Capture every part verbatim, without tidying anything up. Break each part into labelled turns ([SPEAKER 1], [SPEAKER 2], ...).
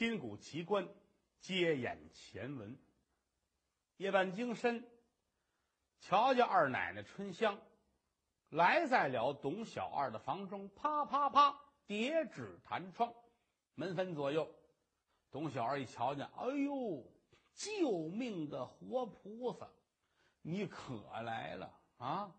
[SPEAKER 1] 金谷奇观，接眼前闻。夜半精深，瞧见二奶奶春香来在了董小二的房中，啪啪啪叠纸弹窗，门分左右。董小二一瞧见，哎呦，救命的活菩萨，你可来了啊！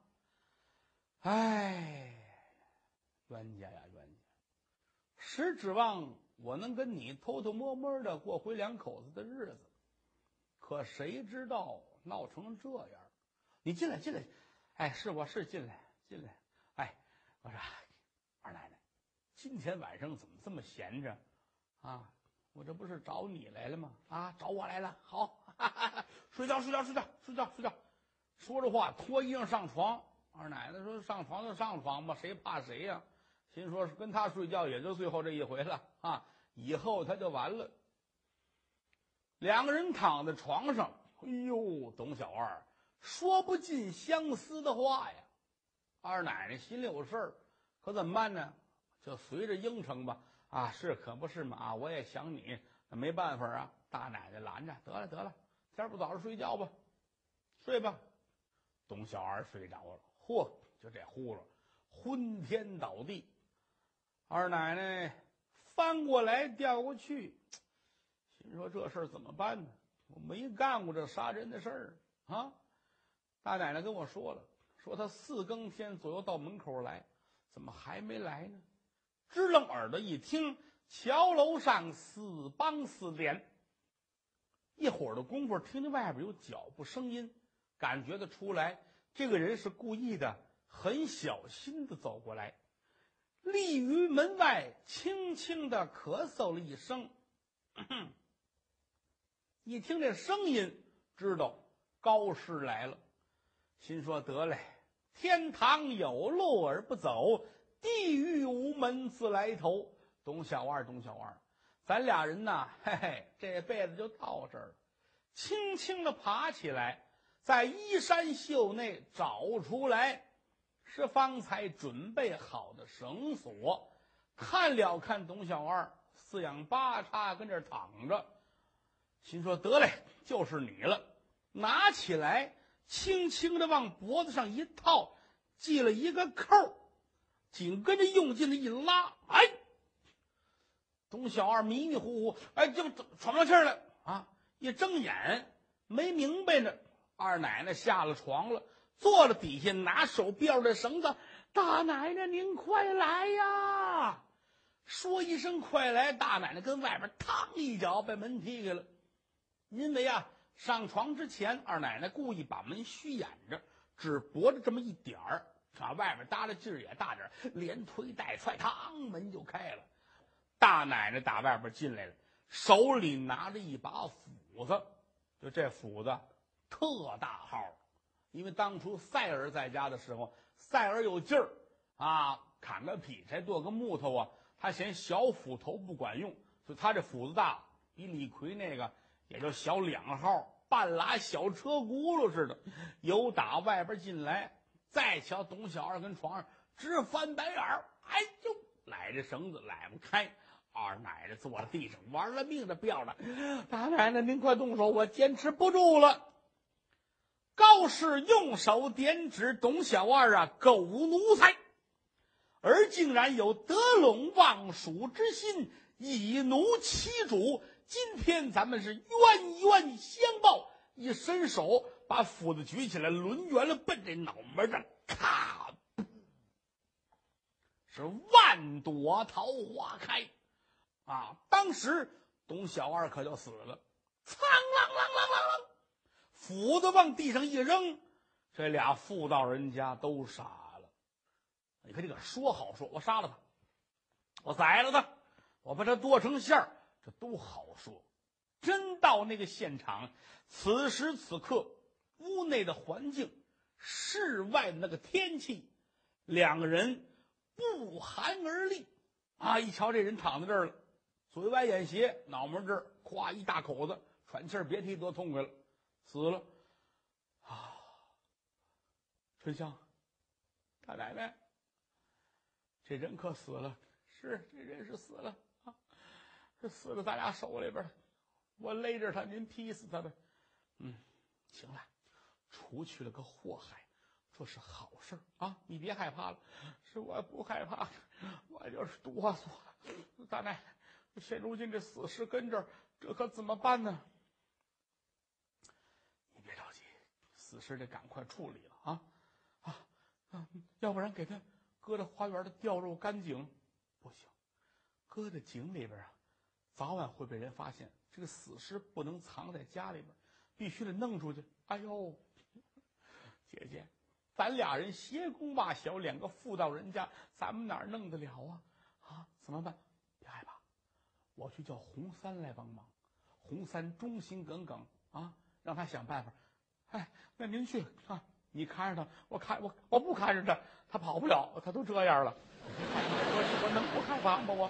[SPEAKER 1] 哎，冤家呀冤家，实指望我能跟你偷偷摸摸的过回两口子的日子，可谁知道闹成这样。你进来进来，哎，是我是进来进来。哎，我说二奶奶，今天晚上怎么这么闲着啊？我这不是找你来了吗？啊，找我来了，好，哈哈哈，睡觉睡觉睡觉睡觉睡觉。说着话，脱衣裳上床。二奶奶说：“上床就上床吧，谁怕谁呀、啊？”心说是跟他睡觉也就最后这一回了啊，以后他就完了。两个人躺在床上，哎呦，董小二说不尽相思的话呀。二奶奶心里有事儿，可怎么办呢？就随着应承吧。啊，是可不是嘛？啊，我也想你，那没办法啊。大奶奶拦着，得了得了，天不早上睡觉吧，睡吧。董小二睡着了，嚯，就这呼噜，昏天倒地。二奶奶翻过来调过去，心说这事儿怎么办呢？我没干过这杀人的事儿啊！大奶奶跟我说了，说她四更天左右到门口来，怎么还没来呢？支棱耳朵一听，桥楼上四梆四点。一会儿的功夫，听见外边有脚步声音，感觉得出来，这个人是故意的，很小心的走过来，立于门外，轻轻的咳嗽了一声。咳咳，一听这声音，知道高师来了，心说得嘞，天堂有路而不走，地狱无门自来投。董小二，董小二，咱俩人呐，嘿嘿，这辈子就到这儿了。轻轻的爬起来，在衣衫袖内找出来是方才准备好的绳索，看了看董小二，四仰八叉跟这儿躺着，心说得嘞，就是你了。拿起来，轻轻的往脖子上一套，系了一个扣，紧跟着用劲的一拉，哎，董小二迷迷糊糊，哎，就喘不上气儿来啊！一睁眼没明白呢，二奶奶下了床了，坐了底下，拿手吊着绳子。大奶奶您快来呀！说一声快来，大奶奶跟外边嘡一脚把门踢开了。因为啊，上床之前，二奶奶故意把门虚掩着，只驳着这么一点儿，啊，外边搭的劲儿也大点儿，连推带踹，嘡，门就开了。大奶奶打外边进来了，手里拿着一把斧子，就这斧子特大号，因为当初赛儿在家的时候，赛儿有劲儿啊，砍个劈柴剁个木头啊，他嫌小斧头不管用，所以他这斧子大，比李逵那个也就小两号，半拉小车轱辘似的。由打外边进来，再瞧董小二跟床上直翻白眼儿，哎呦，揽着绳子揽不开。二奶奶坐在地上玩了命的吊着，大奶奶您快动手，我坚持不住了。高氏用手点指董小二啊，狗奴才，而竟然有得陇望蜀之心，以奴欺主。今天咱们是冤冤相报。一伸手把斧子举起来，抡圆了奔这脑门上，咔，是万朵桃花开啊！当时董小二可就死了，苍啷啷啷啷啷，斧子往地上一扔，这俩妇道人家都傻了。你看这个说好说，我杀了他，我宰了他，我把他剁成馅儿，这都好说。真到那个现场，此时此刻，屋内的环境，室外的那个天气，两个人不寒而栗啊！一瞧这人躺在这儿了，嘴歪眼斜，脑门这儿咵一大口子，喘气儿别提多痛快了，死了啊！春香，大奶奶，这人可死了，是这人是死了啊！ 这死在咱俩手里边，我勒着他，您劈死他呗。嗯，行了，除去了个祸害，这是好事啊！你别害怕了。是我不害怕，我就是哆嗦。大奶，现如今这死尸跟这儿，这可怎么办呢？你别着急，死尸得赶快处理了啊啊啊！要不然给他搁到花园的吊肉干井，不行，搁在井里边啊，早晚会被人发现。这个死尸不能藏在家里边，必须得弄出去。哎呦，姐姐，咱俩人斜弓挖小，两个妇道人家，咱们哪儿弄得了啊？啊，怎么办？别害怕，我去叫洪三来帮忙。洪三忠心耿耿啊，让他想办法。哎，那您去啊，你看着他，我看我我不看着他，他跑不了，他都这样了，我我能不害怕吗？我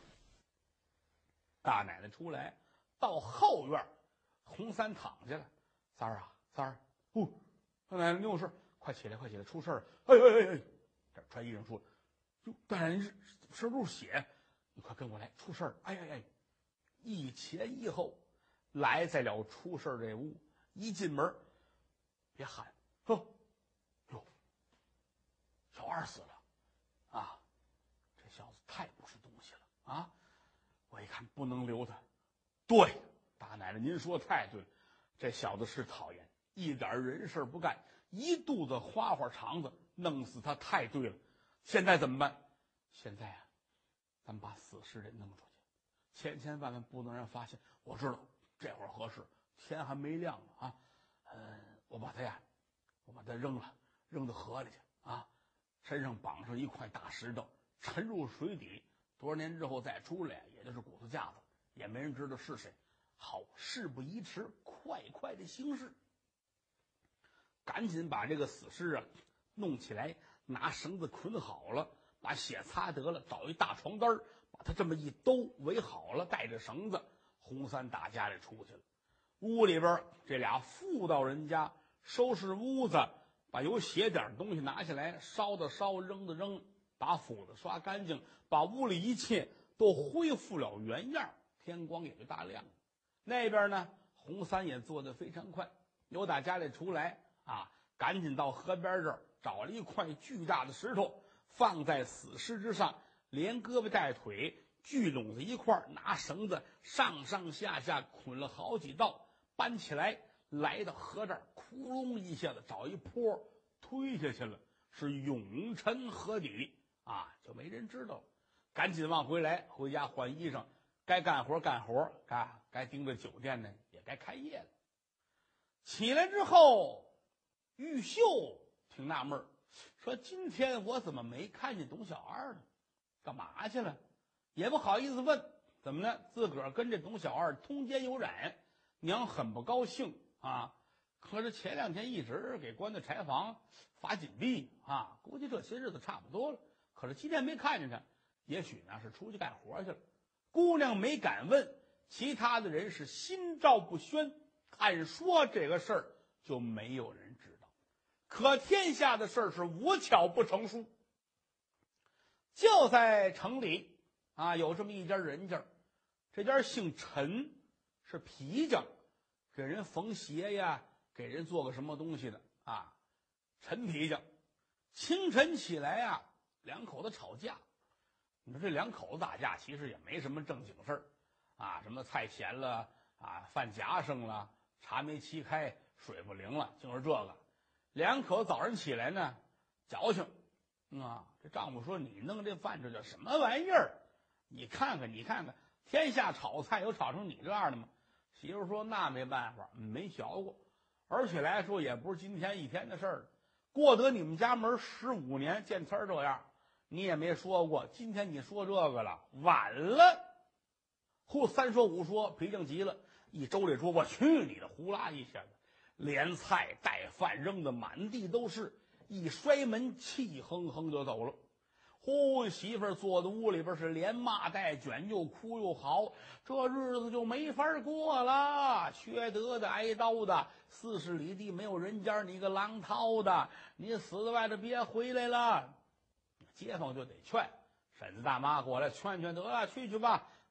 [SPEAKER 1] 大奶奶出来，到后院，洪三躺下了。三儿啊，三儿，不，大奶奶，你有事，快起来，快起来，出事了！哎哎哎哎，这穿衣裳出来，哟，大奶奶身都是血，你快跟我来，出事儿！哎哎哎，一前一后，来在了出事这屋，一进门，别喊，呵，哟，小二死了，啊，这小子太不是东西了啊！我一看不能留他，对，大奶奶您说太对了，这小子是讨厌，一点人事不干，一肚子花花肠子，弄死他太对了。现在怎么办？现在啊，咱们把死尸给弄出去，千千万万不能让发现。我知道这会儿合适，天还没亮呢啊，嗯，我把他呀，我把他扔了，扔到河里去啊，身上绑上一块大石头，沉入水底。多少年之后再出来，也就是骨头架子，也没人知道是谁。好，事不宜迟，快快的行事。赶紧把这个死尸啊弄起来，拿绳子捆好了，把血擦得了，找一大床单把他这么一兜围好了，带着绳子，洪三打家里出去了。屋里边这俩妇道人家收拾屋子，把有血点的东西拿下来，烧的烧，扔的扔，把斧子刷干净，把屋里一切都恢复了原样。天光也就大亮了。那边呢，洪三也做得非常快，由打家里出来啊，赶紧到河边这儿找了一块巨大的石头，放在死尸之上，连胳膊带腿聚拢在一块儿，拿绳子上上下下捆了好几道，搬起来，来到河这儿，窟窿一下子找一坡推下去了，是永沉河底啊，就没人知道了。赶紧往回来，回家换衣裳，该干活干活，该该盯着酒店呢，也该开业了。起来之后，玉秀挺纳闷，说今天我怎么没看见董小二呢？干嘛去了？也不好意思问，怎么呢？自个儿跟这董小二通奸有染，娘很不高兴啊。可是前两天一直给关在柴房罚紧闭啊，估计这些日子差不多了。可是今天没看见他，也许呢是出去干活去了。姑娘没敢问，其他的人是心照不宣。按说这个事儿就没有人知道，可天下的事儿是无巧不成书。就在城里啊，有这么一家人家，这家姓陈，是皮匠，给人缝鞋呀，给人做个什么东西的啊。陈皮匠清晨起来啊，两口子吵架。你说这两口子打架其实也没什么正经事儿啊，什么菜咸了啊，饭夹生了，茶没沏开，水不灵了，就是这个。两口子早上起来呢，矫情啊，这丈夫说你弄这饭这叫什么玩意儿？你看看你看看，天下炒菜有炒成你这样的吗？媳妇说那没办法，没学过，而且来说也不是今天一天的事儿，过得你们家门十五年，见天儿这样，你也没说过，今天你说这个了，晚了。呼，三说五说，皮匠急了，一周这桌，我去你的，呼啦一下子，连菜带饭扔得满地都是，一摔门，气哼哼就走了。呼，媳妇儿坐在屋里边是连骂带卷，又哭又嚎，这日子就没法过了，缺德的挨刀的，四十里地没有人家，你个狼掏的，你死在外头别回来了。街坊就得劝，婶子大妈过来劝劝，得了，去去吧，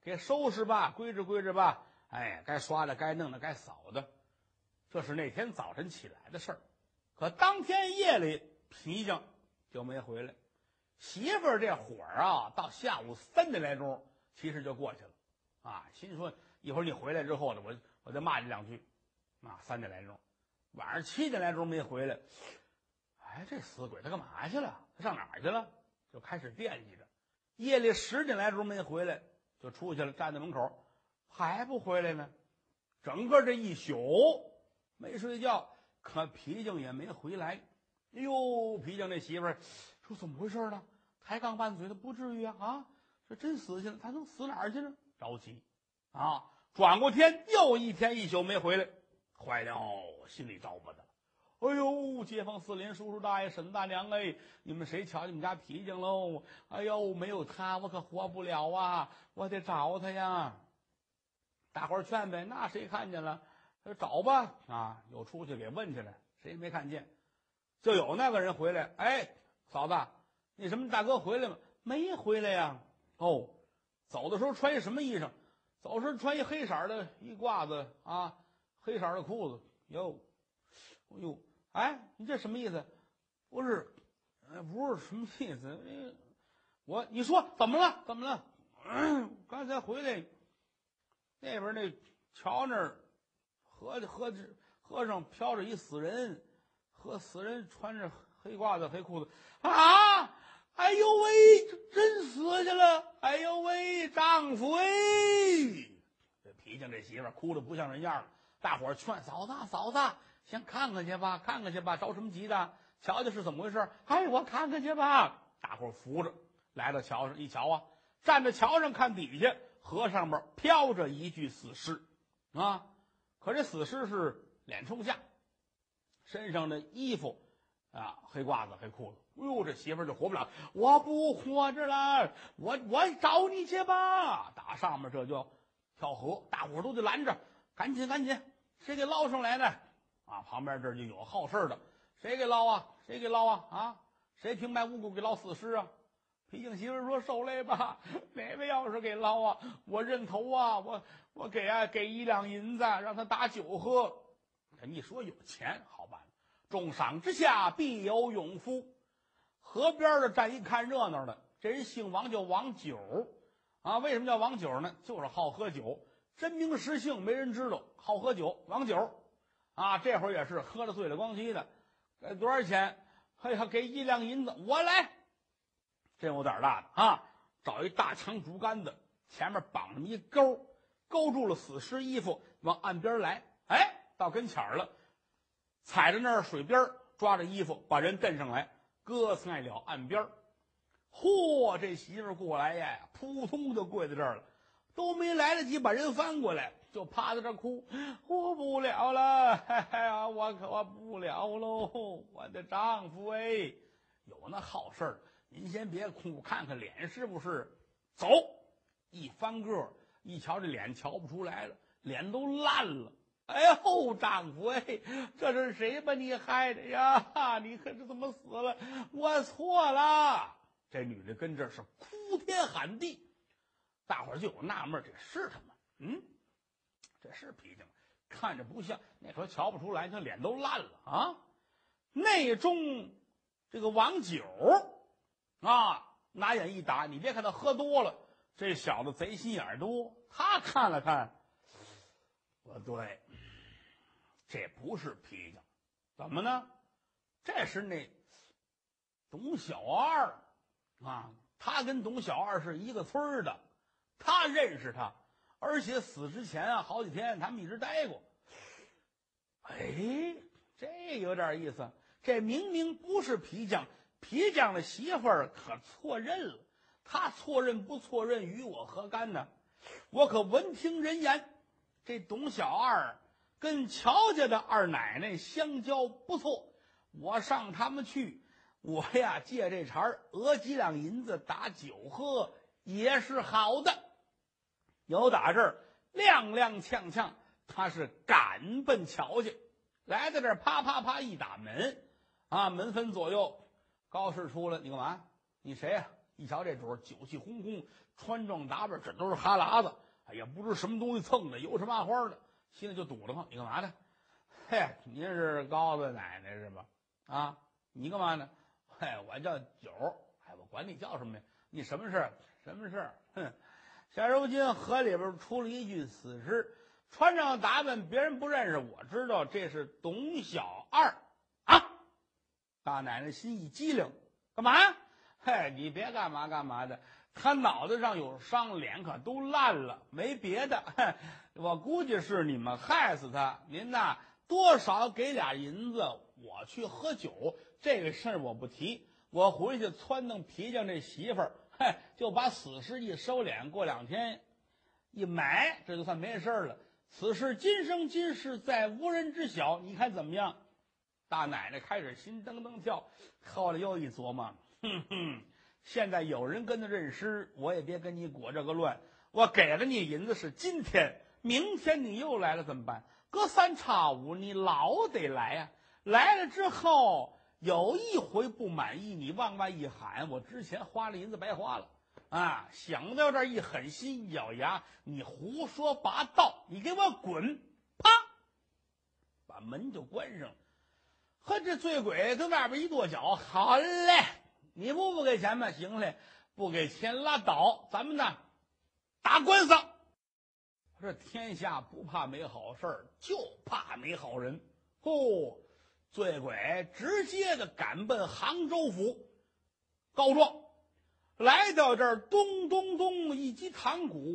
[SPEAKER 1] 给收拾吧，归置归置吧。哎，该刷的，该弄的，该扫的。这是那天早晨起来的事儿。可当天夜里，皮匠就没回来。媳妇儿这火啊，到下午三点来钟，其实就过去了。啊，心说一会儿你回来之后呢，我我再骂你两句。啊，三点来钟，晚上七点来钟没回来。哎，这死鬼他干嘛去了？他上哪儿去了？就开始惦记着。夜里十点来钟没回来，就出去了，站在门口，还不回来呢。整个这一宿没睡觉，可皮匠也没回来。哎呦，皮匠这媳妇儿说怎么回事呢？抬杠拌嘴的不至于啊！啊，这真死去了，他能死哪儿去呢？着急啊！转过天，又一天一宿没回来，坏了，心里着不得。哎呦，街坊四邻、叔叔大爷、婶大娘，哎，你们谁瞧你们家皮匠喽？哎呦，没有他我可活不了啊！我得找他呀。大伙儿劝呗，那谁看见了？找吧啊！又出去给问去了，谁也没看见。就有那个人回来，哎，嫂子，那什么大哥回来吗？没回来呀。哦，走的时候穿一什么衣裳？走时穿一黑色的一褂子啊，黑色的裤子。哟，哎呦，哎，你这什么意思？不是，呃，不是什么意思？哎、我你说怎么了？怎么了？嗯、刚才回来，那边那桥那儿，河河河上飘着一死人，和死人穿着黑褂子黑裤子啊！哎呦喂，真死去了！哎呦喂，丈夫哎！这皮匠这媳妇哭得不像人样了。大伙儿劝嫂子嫂子，先看看去吧，看看去吧，着什么急的？瞧瞧是怎么回事？哎，我看看去吧。大伙儿扶着来到桥上，一瞧啊，站在桥上看底下，河上面飘着一具死尸啊。可这死尸是脸冲下，身上的衣服啊，黑褂子黑裤子。哎呦，这媳妇儿就活不了，我不活着了，我我找你去吧。打上面这就跳河，大伙儿都得拦着，赶紧赶紧，谁给捞上来的？啊，旁边这就有好事的，谁给捞啊？谁给捞啊？啊，谁平白无故给捞死尸啊？皮匠媳妇说：“受累吧，哪位要是给捞啊，我认头啊，我我给啊给一两银子，让他打酒喝。”你说有钱好办，重赏之下必有勇夫。河边的站一看热闹的，这人姓王，叫王九啊。为什么叫王九呢？就是好喝酒，真名实姓没人知道，好喝酒，王九啊。这会儿也是喝的醉了光叽的，给多少钱？哎呀，给一两银子，我来。真有点大的啊！找一大长竹竿子，前面绑着一钩，勾住了死尸衣服，往岸边来。哎，到跟前儿了，踩着那儿水边，抓着衣服，把人蹬上来，搁在了岸边。嚯，这媳妇过来呀，扑通就跪在这儿了，都没来得及把人翻过来，就趴在这哭，活不了了，哎呀，我可不了喽，我的丈夫哎！有那好事儿，您先别哭，看看脸是不是？走，一翻个，一瞧这脸瞧不出来了，脸都烂了。哎呦，丈夫哎，这是谁把你害的呀？你可是怎么死了？我错了。这女的跟这是哭天喊地，大伙儿就有纳闷，这是他吗？嗯，这是皮匠，看着不像。那时候瞧不出来，他脸都烂了啊。内中这个王九啊，拿眼一打，你别看他喝多了，这小子贼心眼多。他看了看，不对，这不是皮匠，怎么呢？这是那董小二啊，他跟董小二是一个村的，他认识他，而且死之前啊，好几天他们一直待过。哎，这有点意思，这明明不是皮匠，皮匠的媳妇儿可错认了。他错认不错认，与我何干呢？我可闻听人言，这董小二跟乔家的二奶奶相交不错，我上他们去，我呀借这茬讹几两银子打酒喝也是好的。有打这儿踉踉跄跄，他是赶奔乔家，来到这儿啪啪啪一打门啊，门分左右，高士出来，你干嘛？你谁呀、啊？ 一瞧这主酒气哄哄，穿装打扮，这都是哈喇子，哎呀，不知什么东西蹭的，油是麻花的，心里就堵得慌。你干嘛呢？嘿，您是高子奶奶是吧？啊，你干嘛呢？嘿，我叫九，哎，我管你叫什么呀？你什么事？什么事？哼，现如今河里边出了一具死尸，穿上打扮别人不认识，我知道这是董小二啊。大奶奶心一激灵，干嘛？嘿，你别干嘛干嘛的，他脑袋上有伤，脸可都烂了，没别的。我估计是你们害死他。您呐，多少给俩银子，我去喝酒，这个事儿我不提。我回去撺弄皮匠这媳妇儿，嘿，就把死尸一收敛，过两天一埋，这就算没事了。此事今生今世再无人知晓，你看怎么样？大奶奶开始心噔噔跳，后来又一琢磨，哼哼，现在有人跟他认尸，我也别跟你裹这个乱。我给了你银子是今天，明天你又来了怎么办？隔三差五你老得来呀、啊！来了之后有一回不满意，你往外一喊，我之前花了银子白花了啊！想到这儿一狠心，一咬牙，你胡说八道，你给我滚！啪，把门就关上了。和这醉鬼跟外边一跺脚，好嘞，你不不给钱吗？行嘞，不给钱拉倒，咱们呢打官司。这天下不怕没好事，就怕没好人。哦，醉鬼直接的赶奔杭州府告状。来到这儿，咚咚咚一击堂鼓，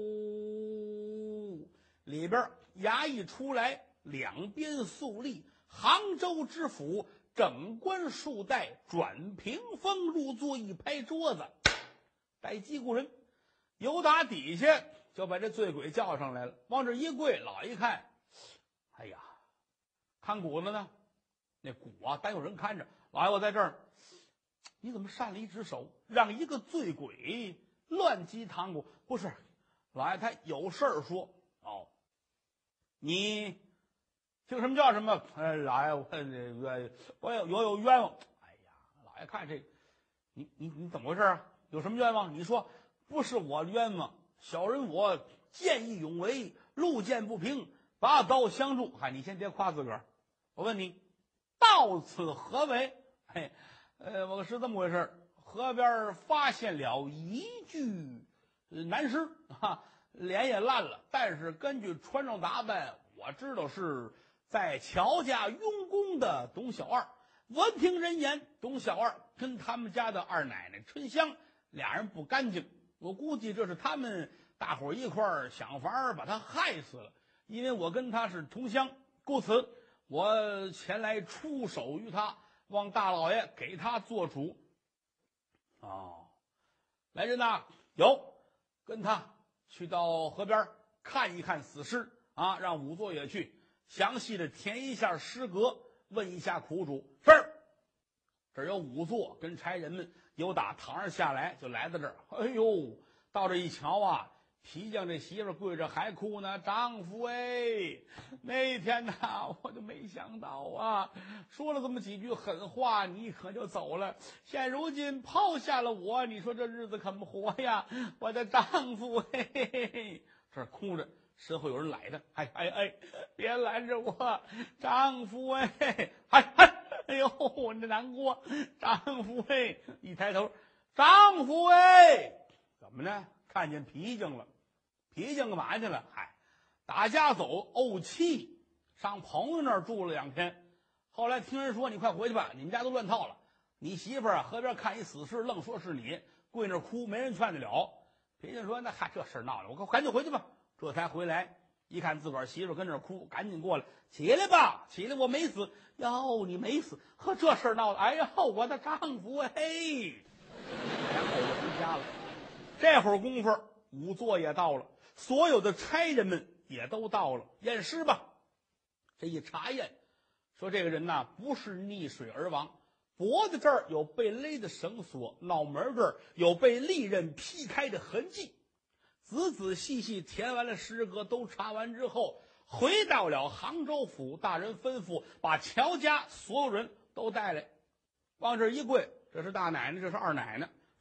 [SPEAKER 1] 哦，里边衙役出来，两边肃立。杭州知府整冠束带，转屏风入座，一拍桌子，带击鼓人由打底下就把这醉鬼叫上来了，往这一跪，老一看，哎呀，看鼓子呢，那鼓啊单有人看着，老爷我在这儿，你怎么擅了一只手，让一个醉鬼乱击堂鼓？不是，老爷他有事儿说。哦，你听什么叫什么？哎，老爷，我我我有我有冤枉。哎呀，老爷看这个，你你你怎么回事啊？有什么冤枉？你说不是我冤枉，小人我见义勇为，路见不平，拔刀相助。嗨，你先别夸自个儿，我问你，到此何为？嘿，呃，我是这么回事，河边发现了一具男尸，哈，脸也烂了，但是根据穿着打扮，我知道是在乔家用功的董小二。闻听人言，董小二跟他们家的二奶奶春香俩人不干净，我估计这是他们大伙儿一块儿想法儿把他害死了。因为我跟他是同乡，故此我前来出手于他，望大老爷给他做主。哦，来人呐，有，跟他去到河边看一看死尸啊，让仵作也去详细的填一下诗格，问一下苦主。是，这儿有仵作跟差人们由打堂上下来，就来到这儿。哎呦，到这一瞧啊，皮匠这媳妇跪着还哭呢，丈夫哎，那天呐，我就没想到啊，说了这么几句狠话，你可就走了。现如今抛下了我，你说这日子怎么活呀？我的丈夫嘿嘿嘿，这儿哭着，身后有人来的，哎哎哎，别拦着我，丈夫哎，哎哎，哎呦，我这难过，丈夫哎，一抬头，丈夫哎，怎么呢？看见皮匠了。皮匠干嘛去了？嗨，打家走怄气，上朋友那儿住了两天。后来听人说，你快回去吧，你们家都乱套了。你媳妇儿啊，河边看一死尸，愣说是你，跪那儿哭，没人劝得了。皮匠说：“那嗨，这事闹了，我赶紧回去吧。”这才回来，一看自个儿媳妇跟那儿哭，赶紧过来，起来吧，起来，我没死。哟，你没死？呵，这事闹了，哎呀，我的丈夫啊，嘿，两口子回家了。这会儿功夫，仵作也到了。所有的差人们也都到了，验尸吧。这一查验，说这个人呐不是溺水而亡，脖子这儿有被勒的绳索，脑门这儿有被利刃劈开的痕迹。仔仔细细填完了诗格，都查完之后，回到了杭州府。大人吩咐把乔家所有人都带来，往这一跪，这是大奶奶，这是二奶奶。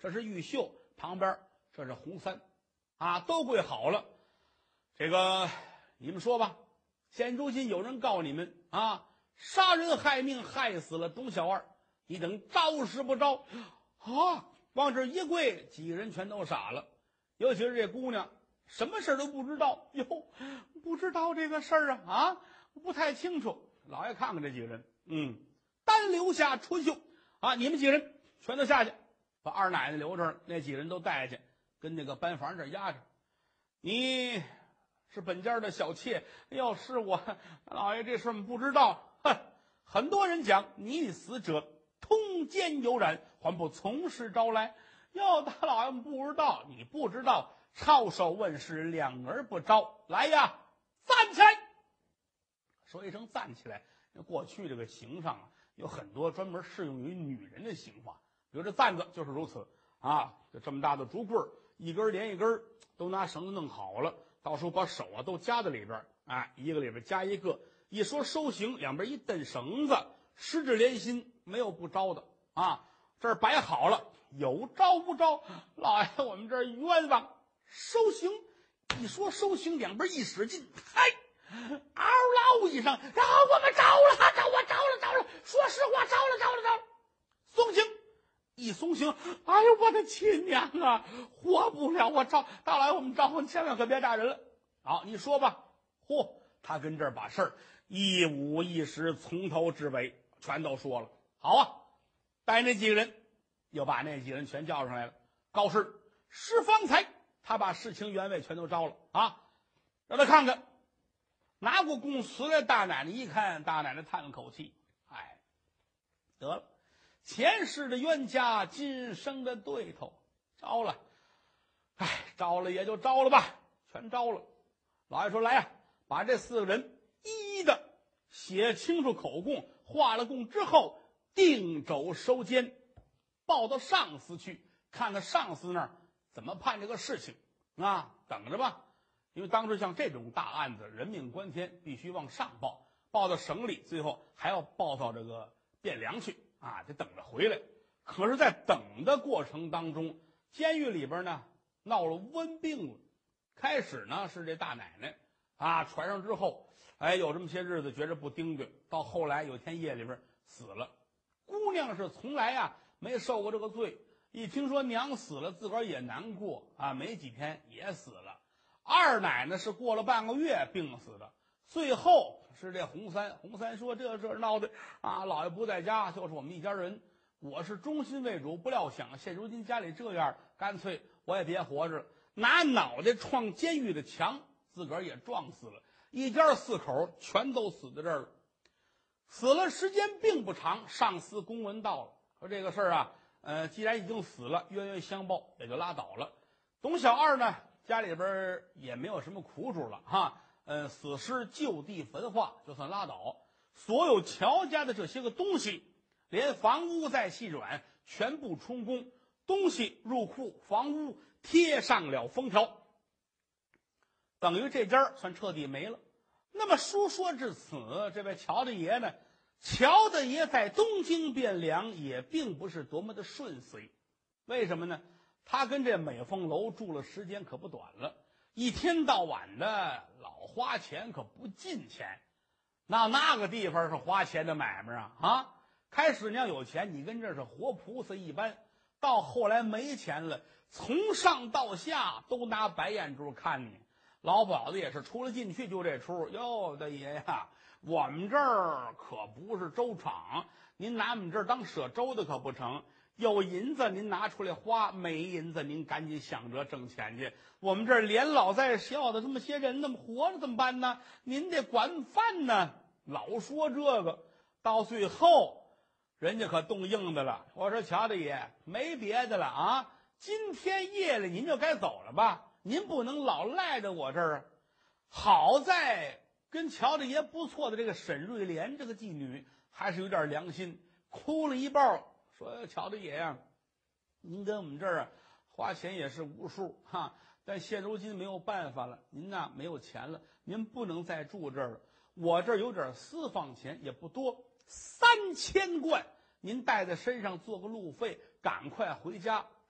[SPEAKER 1] 这是玉秀，旁边这是红三，啊，都跪好了。这个你们说吧，现如今有人告你们啊，杀人害命，害死了董小二，你等招是不招？啊，往这一跪，几个人全都傻了，尤其是这姑娘，什么事都不知道。哟，不知道这个事儿啊啊，不太清楚。老爷看看这几个人，嗯，单留下春秀啊，你们几个人全都下去，把二奶奶留这儿，那几个人都带下去，跟那个班房这压着。你是本家的小妾，要是我老爷这事儿不知道，哼，很多人讲你与死者通奸有染，还不从实招来。要大老爷们不知道，你不知道，操守问世，两儿不招。来呀，站起来！说一声站起来。过去这个刑上啊，有很多专门适用于女人的刑法，比如这站子就是如此啊，就这么大的竹棍儿，一根连一根，都拿绳子弄好了，到时候把手啊都夹在里边，哎，一个里边夹一个。一说收刑，两边一蹬绳子，十指连心，没有不招的啊。这儿摆好了，有招不招？老爷，我们这儿冤枉，收刑。一说收刑，两边一使劲，嗨，嗷唠一声，然后我们招了，招我招了，招了，说实话，招了，招了，招了，松刑。一松刑，哎呦，我的亲娘啊，活不了！我招大老爷，我们招呼，千万可别打人了。好，你说吧。嚯，他跟这儿把事儿一五一十从头至尾全都说了。好啊，带那几个人，又把那几个人全叫上来了。高适、施方才，他把事情原委全都招了啊，让他看看。拿过供词来，大奶奶一看，大奶奶叹了口气，哎，得了。前世的冤家，今生的对头，招了，哎，招了也就招了吧，全招了。老爷说：“来呀、啊，把这四个人一一的写清楚口供，画了供之后，定肘收监，报到上司去，看看上司那儿怎么判这个事情啊，等着吧。因为当时像这种大案子，人命关天，必须往上报，报到省里，最后还要报到这个汴梁去。”啊，得等着回来。可是，在等的过程当中，监狱里边呢闹了瘟病了。开始呢是这大奶奶啊传上之后，哎，有这么些日子觉着不丁对，到后来有天夜里边死了。姑娘是从来呀、啊、没受过这个罪，一听说娘死了，自个儿也难过啊，没几天也死了。二奶奶是过了半个月病死的，最后。是这红三，红三说这这闹的啊，老爷不在家，就是我们一家人。我是忠心为主，不料想现如今家里这样，干脆我也别活着了，拿脑袋撞监狱的墙，自个儿也撞死了。一家四口全都死在这儿了。死了时间并不长，上司公文到了，说这个事儿啊，呃，既然已经死了，冤冤相报也就拉倒了。董小二呢，家里边也没有什么苦主了哈。呃，死尸就地焚化，就算拉倒。所有乔家的这些个东西，连房屋再细软，全部充公，东西入库，房屋贴上了封条，等于这家算彻底没了。那么书说至此，这位乔大爷呢，乔大爷在东京汴梁也并不是多么的顺遂。为什么呢？他跟这美凤楼住了时间可不短了。一天到晚的老花钱，可不进钱。那那个地方是花钱的买卖啊啊！开始你要有钱，你跟这是活菩萨一般；到后来没钱了，从上到下都拿白眼珠看你。老鸨子也是出了进去就这出。哟，大爷呀，我们这儿可不是粥厂，您拿我们这儿当舍粥的可不成。有银子您拿出来花，没银子您赶紧想着挣钱去。我们这儿连老在校的这么些人，那么活着怎么办呢？您得管饭呢。老说这个，到最后人家可动硬的了。我说乔大爷，没别的了啊，今天夜里您就该走了吧，您不能老赖在我这儿啊。好在跟乔大爷不错的这个沈瑞莲这个妓女还是有点良心，哭了一抱。说乔大爷呀，您跟我们这儿啊花钱也是无数哈，但现如今没有办法了，您呐没有钱了，您不能再住这儿了。我这儿有点私房钱，也不多，三千贯，您带在身上做个路费，赶快回家。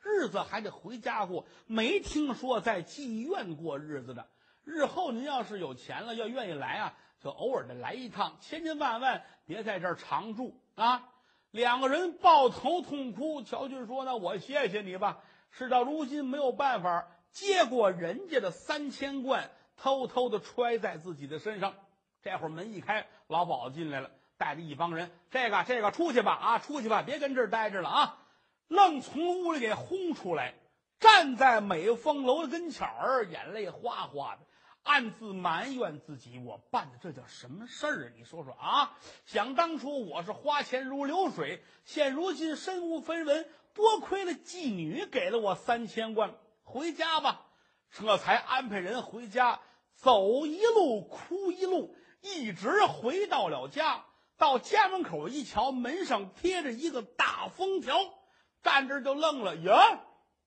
[SPEAKER 1] 日子还得回家过，没听说在妓院过日子的。日后您要是有钱了，要愿意来啊，就偶尔的来一趟，千千万万别在这儿常住啊！两个人抱头痛哭。乔俊说：“那我谢谢你吧，事到如今没有办法，接过人家的三千贯，偷偷的揣在自己的身上。”这会儿门一开，老鸨子进来了，带着一帮人，这个这个出去吧啊，出去吧，别跟这儿待着了啊！愣从屋里给轰出来，站在美凤楼的跟前儿，眼泪哗哗的，暗自埋怨自己，我办的这叫什么事儿啊？你说说啊！想当初我是花钱如流水，现如今身无分文，多亏了妓女给了我三千贯，回家吧。这才安排人回家，走一路哭一路，一直回到了家。到家门口一瞧，门上贴着一个大封条，站这就愣了，呀，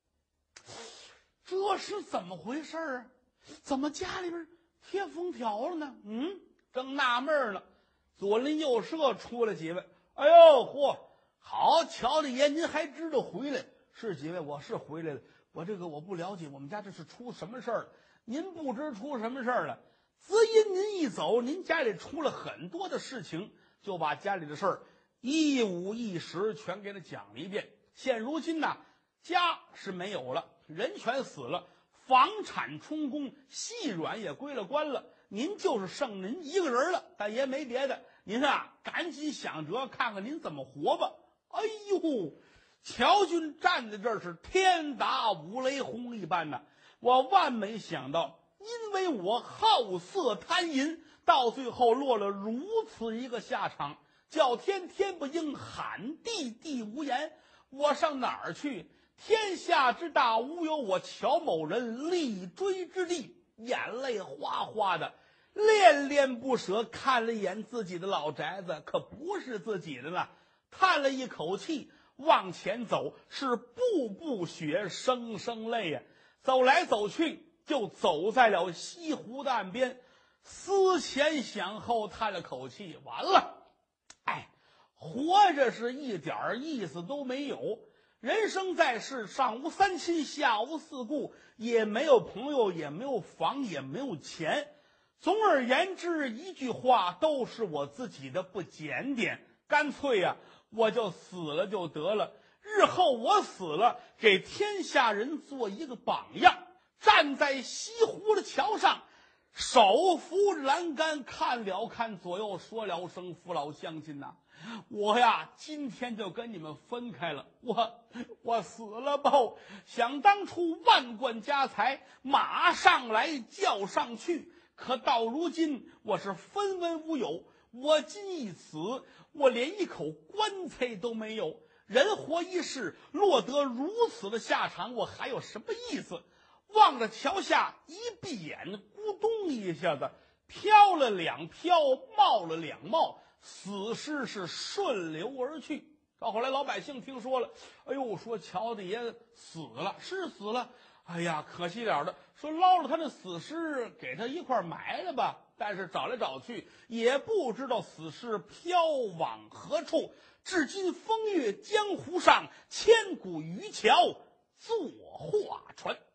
[SPEAKER 1] 这是怎么回事啊？怎么家里边贴封条了呢？嗯，正纳闷呢，左邻右舍出来几位。哎呦嚯，好，乔大爷您还知道回来？是几位？我是回来了。我这个我不了解，我们家这是出什么事儿了？您不知出什么事儿了？只因您一走，您家里出了很多的事情，就把家里的事儿一五一十全给他讲了一遍。现如今呢，家是没有了，人全死了，房产充公，细软也归了官了，您就是剩您一个人了，但也没别的。您啊，赶紧想辙，看看您怎么活吧。哎呦，乔军站在这儿是天打五雷轰一般的，我万没想到，因为我好色贪淫，到最后落了如此一个下场，叫天天不应，喊地地无言。我上哪儿去？天下之大，无有我乔某人立锥之地。眼泪哗哗的，恋恋不舍，看了一眼自己的老宅子，可不是自己的了，叹了一口气，往前走，是步步雪，声声泪呀。走来走去，就走在了西湖的岸边，思前想后，叹了口气，完了，哎，活着是一点意思都没有。人生在世，上无三亲，下无四顾，也没有朋友，也没有房，也没有钱。总而言之，一句话，都是我自己的不检点。干脆呀、啊，我就死了就得了。日后我死了，给天下人做一个榜样，站在西湖的桥上，手扶栏杆，看了看左右，说了声父老乡亲呐、啊，我呀今天就跟你们分开了，我我死了吧。想当初万贯家财马上来叫上去，可到如今我是分文无有，我今一死，我连一口棺材都没有。人活一世，落得如此的下场，我还有什么意思？望着桥下，一闭眼，咕咚一下子飘了两飘，冒了两冒，死尸是顺流而去。到后来老百姓听说了，哎呦，说乔大爷死了，是死了，哎呀，可惜了的，说捞了他的死尸给他一块埋了吧。但是找来找去，也不知道死尸飘往何处，至今风月江湖上，千古渔樵作画船。